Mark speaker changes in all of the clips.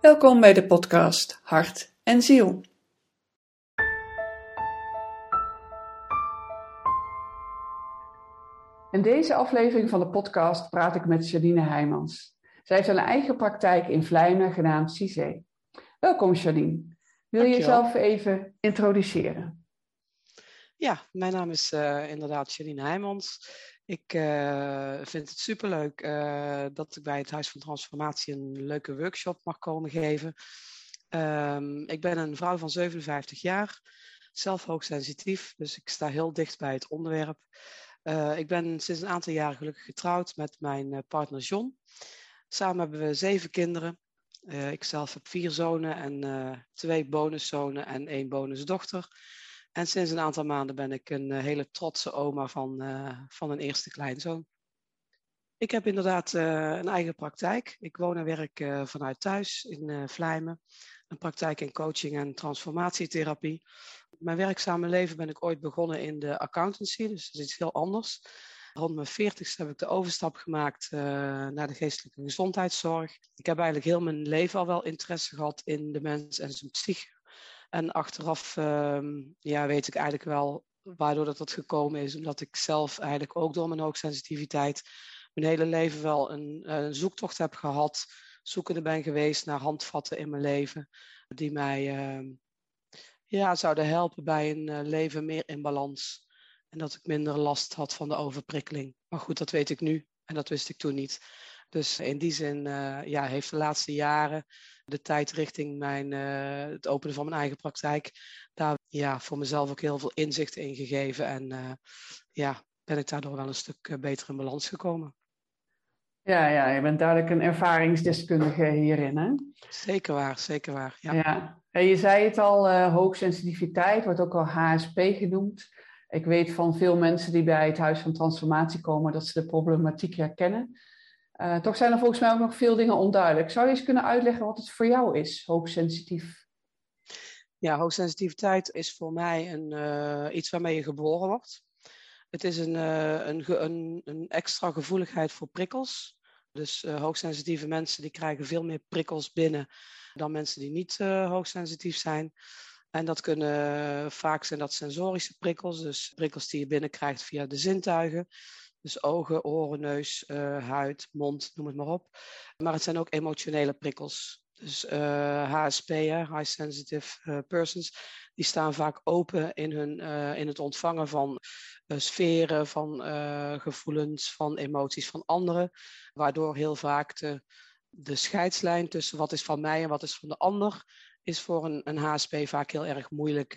Speaker 1: Welkom bij de podcast Hart en Ziel. In deze aflevering van de podcast praat ik met Janine Heijmans. Zij heeft een eigen praktijk in Vlijmen genaamd CISE. Welkom Janine. Wil je jezelf even introduceren?
Speaker 2: Ja, mijn naam is inderdaad Janine Heijmans. Ik vind het superleuk dat ik bij het Huis van Transformatie een leuke workshop mag komen geven. Ik ben een vrouw van 57 jaar, zelf hoogsensitief, dus ik sta heel dicht bij het onderwerp. Ik ben sinds een aantal jaar gelukkig getrouwd met mijn partner John. Samen hebben we 7 kinderen. Ik zelf heb 4 zonen en 2 bonuszonen en 1 bonusdochter. En sinds een aantal maanden ben ik een hele trotse oma van een eerste kleinzoon. Ik heb inderdaad een eigen praktijk. Ik woon en werk vanuit thuis in Vlijmen. Een praktijk in coaching en transformatietherapie. Mijn werkzame leven ben ik ooit begonnen in de accountancy, dus dat is iets heel anders. Rond mijn 40ste heb ik de overstap gemaakt naar de geestelijke gezondheidszorg. Ik heb eigenlijk heel mijn leven al wel interesse gehad in de mens en zijn psyche. En achteraf weet ik eigenlijk wel waardoor dat gekomen is. Omdat ik zelf eigenlijk ook door mijn hoogsensitiviteit mijn hele leven wel een zoektocht heb gehad. Zoekende ben geweest naar handvatten in mijn leven. Die mij zouden helpen bij een leven meer in balans. En dat ik minder last had van de overprikkeling. Maar goed, dat weet ik nu. En dat wist ik toen niet. Dus in die zin heeft de laatste jaren de tijd richting het openen van mijn eigen praktijk daar voor mezelf ook heel veel inzicht in gegeven. En ben ik daardoor wel een stuk beter in balans gekomen.
Speaker 1: Ja, je bent duidelijk een ervaringsdeskundige hierin, hè?
Speaker 2: Zeker waar. Ja.
Speaker 1: Ja. En je zei het al, hoogsensitiviteit wordt ook wel HSP genoemd. Ik weet van veel mensen die bij het Huis van Transformatie komen dat ze de problematiek herkennen. Toch zijn er volgens mij ook nog veel dingen onduidelijk. Zou je eens kunnen uitleggen wat het voor jou is, hoogsensitief?
Speaker 2: Ja, hoogsensitiviteit is voor mij iets waarmee je geboren wordt. Het is een extra gevoeligheid voor prikkels. Dus hoogsensitieve mensen die krijgen veel meer prikkels binnen dan mensen die niet hoogsensitief zijn. En dat kunnen vaak zijn dat sensorische prikkels, dus prikkels die je binnenkrijgt via de zintuigen. Dus ogen, oren, neus, huid, mond, noem het maar op. Maar het zijn ook emotionele prikkels. Dus HSP'en, High Sensitive Persons, die staan vaak open in het ontvangen van sferen, van gevoelens, van emoties van anderen. Waardoor heel vaak de scheidslijn tussen wat is van mij en wat is van de ander, is voor een HSP vaak heel erg moeilijk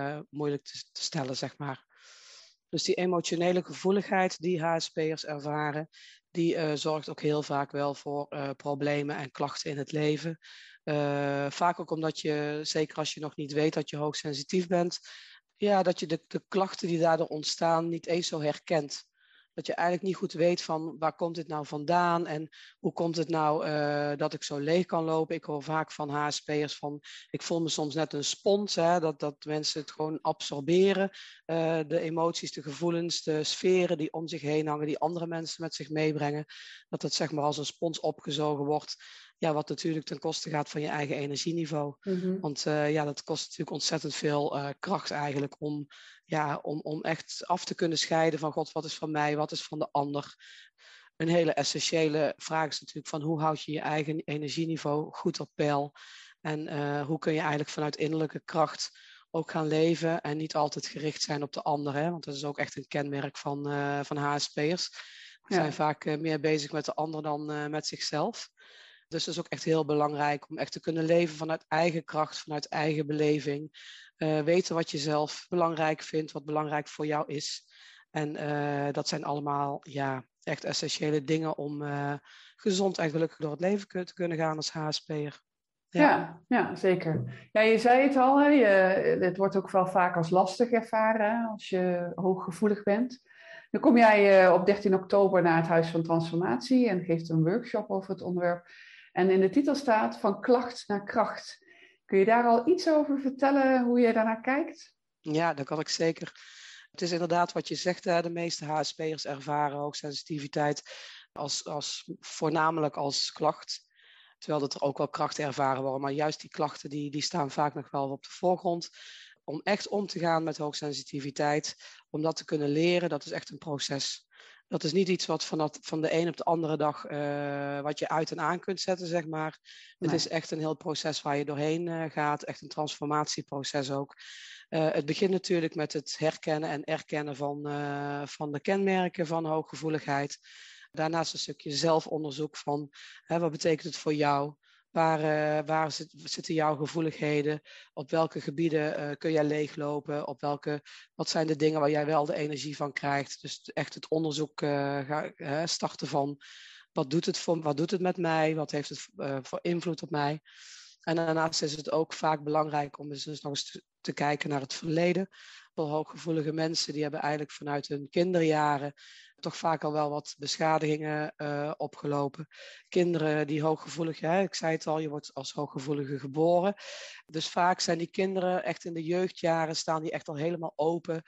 Speaker 2: te stellen, zeg maar. Dus die emotionele gevoeligheid die HSP'ers ervaren, die zorgt ook heel vaak wel voor problemen en klachten in het leven. Vaak ook omdat je, zeker als je nog niet weet dat je hoogsensitief bent, dat je de klachten die daardoor ontstaan niet eens zo herkent. Dat je eigenlijk niet goed weet van waar komt dit nou vandaan en hoe komt het nou dat ik zo leeg kan lopen. Ik hoor vaak van HSP'ers van ik voel me soms net een spons, hè, dat mensen het gewoon absorberen. De emoties, de gevoelens, de sferen die om zich heen hangen, die andere mensen met zich meebrengen. Dat het zeg maar als een spons opgezogen wordt. Ja, wat natuurlijk ten koste gaat van je eigen energieniveau.
Speaker 1: Mm-hmm.
Speaker 2: Want dat kost natuurlijk ontzettend veel kracht eigenlijk om echt af te kunnen scheiden van God, wat is van mij, wat is van de ander. Een hele essentiële vraag is natuurlijk van hoe houd je je eigen energieniveau goed op peil. En hoe kun je eigenlijk vanuit innerlijke kracht ook gaan leven en niet altijd gericht zijn op de ander. Hè? Want dat is ook echt een kenmerk van HSP'ers. Ze zijn vaak meer bezig met de ander dan met zichzelf. Dus het is ook echt heel belangrijk om echt te kunnen leven vanuit eigen kracht, vanuit eigen beleving. Weten wat je zelf belangrijk vindt, wat belangrijk voor jou is. En dat zijn allemaal echt essentiële dingen om gezond en gelukkig door het leven te kunnen gaan als HSP'er.
Speaker 1: Ja, zeker. Ja, je zei het al, hè? Het wordt ook wel vaak als lastig ervaren hè, als je hooggevoelig bent. Dan kom jij op 13 oktober naar het Huis van Transformatie en geeft een workshop over het onderwerp. En in de titel staat van klacht naar kracht. Kun je daar al iets over vertellen, hoe je daarnaar kijkt?
Speaker 2: Ja, dat kan ik zeker. Het is inderdaad wat je zegt, hè, de meeste HSP'ers ervaren hoogsensitiviteit voornamelijk als klacht. Terwijl dat er ook wel krachten ervaren worden. Maar juist die klachten die staan vaak nog wel op de voorgrond. Om echt om te gaan met hoogsensitiviteit, om dat te kunnen leren, dat is echt een proces. Dat is niet iets wat van de een op de andere dag wat je uit en aan kunt zetten, zeg maar. Nee. Het is echt een heel proces waar je doorheen gaat. Echt een transformatieproces ook. Het begint natuurlijk met het herkennen en erkennen van de kenmerken van hooggevoeligheid. Daarnaast een stukje zelfonderzoek van wat betekent het voor jou? Waar zitten jouw gevoeligheden? Op welke gebieden kun jij leeglopen? Wat zijn de dingen waar jij wel de energie van krijgt? Dus echt het onderzoek starten van wat doet het met mij? Wat heeft het voor invloed op mij? En daarnaast is het ook vaak belangrijk om dus nog eens te kijken naar het verleden. Veel hooggevoelige mensen die hebben eigenlijk vanuit hun kinderjaren toch vaak al wel wat beschadigingen opgelopen. Kinderen die hooggevoelig, ik zei het al, je wordt als hooggevoelige geboren. Dus vaak zijn die kinderen echt in de jeugdjaren, staan die echt al helemaal open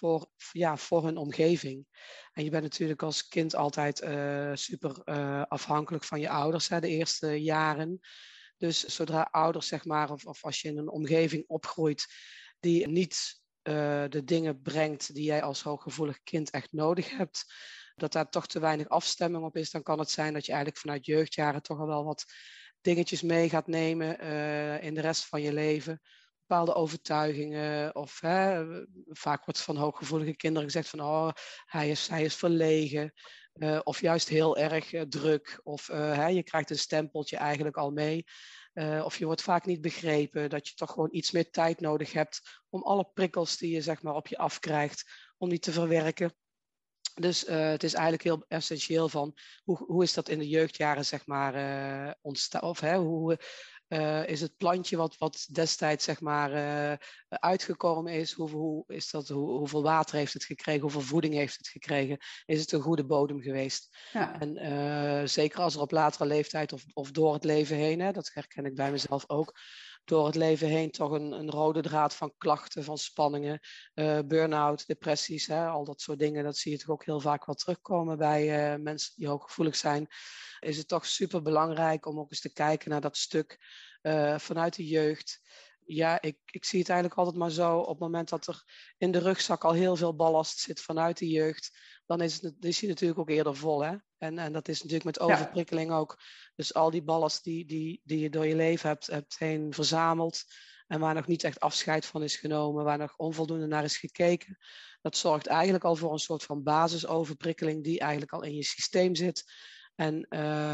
Speaker 2: voor hun omgeving. En je bent natuurlijk als kind altijd super afhankelijk van je ouders, de eerste jaren. Dus zodra ouders, zeg maar, of als je in een omgeving opgroeit die niet de dingen brengt die jij als hooggevoelig kind echt nodig hebt, dat daar toch te weinig afstemming op is, dan kan het zijn dat je eigenlijk vanuit jeugdjaren toch al wel wat dingetjes mee gaat nemen in de rest van je leven. Bepaalde overtuigingen of vaak wordt van hooggevoelige kinderen gezegd van hij is verlegen of juist heel erg druk of je krijgt een stempeltje eigenlijk al mee. Of je wordt vaak niet begrepen, dat je toch gewoon iets meer tijd nodig hebt om alle prikkels die je zeg maar op je afkrijgt, om die te verwerken. Dus het is eigenlijk heel essentieel van hoe is dat in de jeugdjaren zeg maar ontstaan, of hoe is het plantje wat destijds zeg maar uitgekomen is, hoeveel water heeft het gekregen, hoeveel voeding heeft het gekregen, is het een goede bodem geweest. Ja. En zeker als er op latere leeftijd of door het leven heen, dat herken ik bij mezelf ook, door het leven heen toch een rode draad van klachten, van spanningen, burn-out, depressies, al dat soort dingen, dat zie je toch ook heel vaak wel terugkomen bij mensen die hooggevoelig zijn. Is het toch super belangrijk om ook eens te kijken naar dat stuk vanuit de jeugd. Ja, ik zie het eigenlijk altijd maar zo, op het moment dat er in de rugzak al heel veel ballast zit vanuit de jeugd, dan is hij natuurlijk ook eerder vol. Hè? En dat is natuurlijk met overprikkeling ook. Dus al die ballast die je door je leven hebt heen verzameld en waar nog niet echt afscheid van is genomen, waar nog onvoldoende naar is gekeken, dat zorgt eigenlijk al voor een soort van basisoverprikkeling die eigenlijk al in je systeem zit. En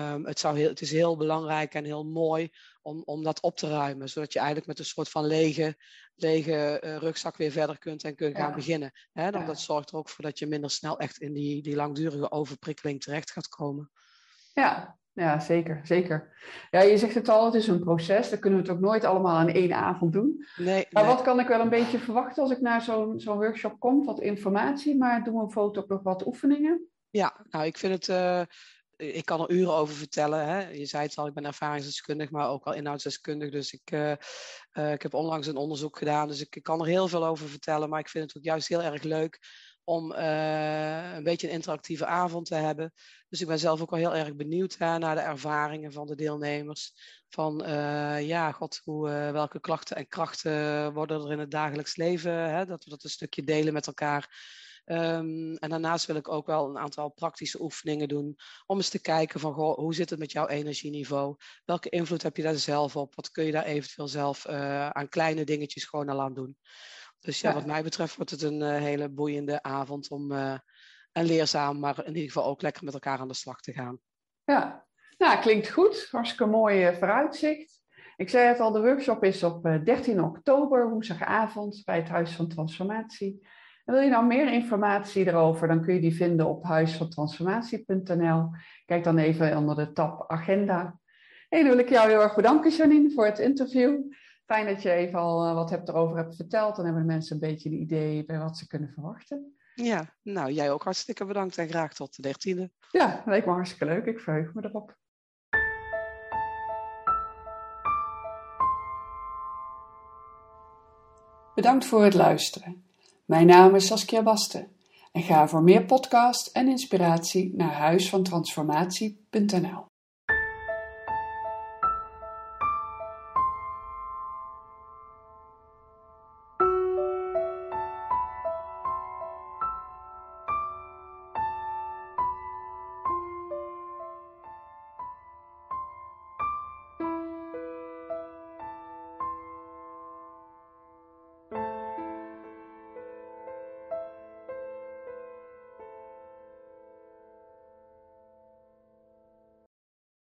Speaker 2: het is heel belangrijk en heel mooi om dat op te ruimen, zodat je eigenlijk met een soort van lege rugzak weer verder kunt en kunt gaan beginnen. Dat zorgt er ook voor dat je minder snel echt in die langdurige overprikkeling terecht gaat komen.
Speaker 1: Ja, zeker, zeker. Ja, je zegt het al, het is een proces. Dan kunnen we het ook nooit allemaal in één avond doen. Nee. Wat kan ik wel een beetje verwachten als ik naar zo'n workshop kom? Wat informatie, maar doen we een foto ook nog wat oefeningen?
Speaker 2: Ja, nou ik vind het... Ik kan er uren over vertellen. Hè. Je zei het al, ik ben ervaringsdeskundig, maar ook wel inhoudsdeskundig. Dus ik heb onlangs een onderzoek gedaan. Dus ik kan er heel veel over vertellen. Maar ik vind het ook juist heel erg leuk om een beetje een interactieve avond te hebben. Dus ik ben zelf ook wel heel erg benieuwd naar de ervaringen van de deelnemers. Van welke klachten en krachten worden er in het dagelijks leven. Dat we dat een stukje delen met elkaar. En daarnaast wil ik ook wel een aantal praktische oefeningen doen om eens te kijken van hoe zit het met jouw energieniveau? Welke invloed heb je daar zelf op? Wat kun je daar eventueel zelf aan kleine dingetjes gewoon al aan doen? Dus wat mij betreft wordt het een hele boeiende avond en leerzaam, maar in ieder geval ook lekker met elkaar aan de slag te gaan.
Speaker 1: Ja, nou klinkt goed. Hartstikke mooi vooruitzicht. Ik zei het al, de workshop is op 13 oktober, woensdagavond, bij het Huis van Transformatie. En wil je nou meer informatie erover, dan kun je die vinden op huisvantransformatie.nl. Kijk dan even onder de tab agenda. En dan wil ik jou heel erg bedanken, Janine, voor het interview. Fijn dat je even al wat erover hebt verteld. Dan hebben de mensen een beetje een idee bij wat ze kunnen verwachten.
Speaker 2: Ja, nou jij ook hartstikke bedankt en graag tot de 13e.
Speaker 1: Ja, dat leek me hartstikke leuk. Ik verheug me erop. Bedankt voor het luisteren. Mijn naam is Saskia Basten en ga voor meer podcast en inspiratie naar huisvantransformatie.nl.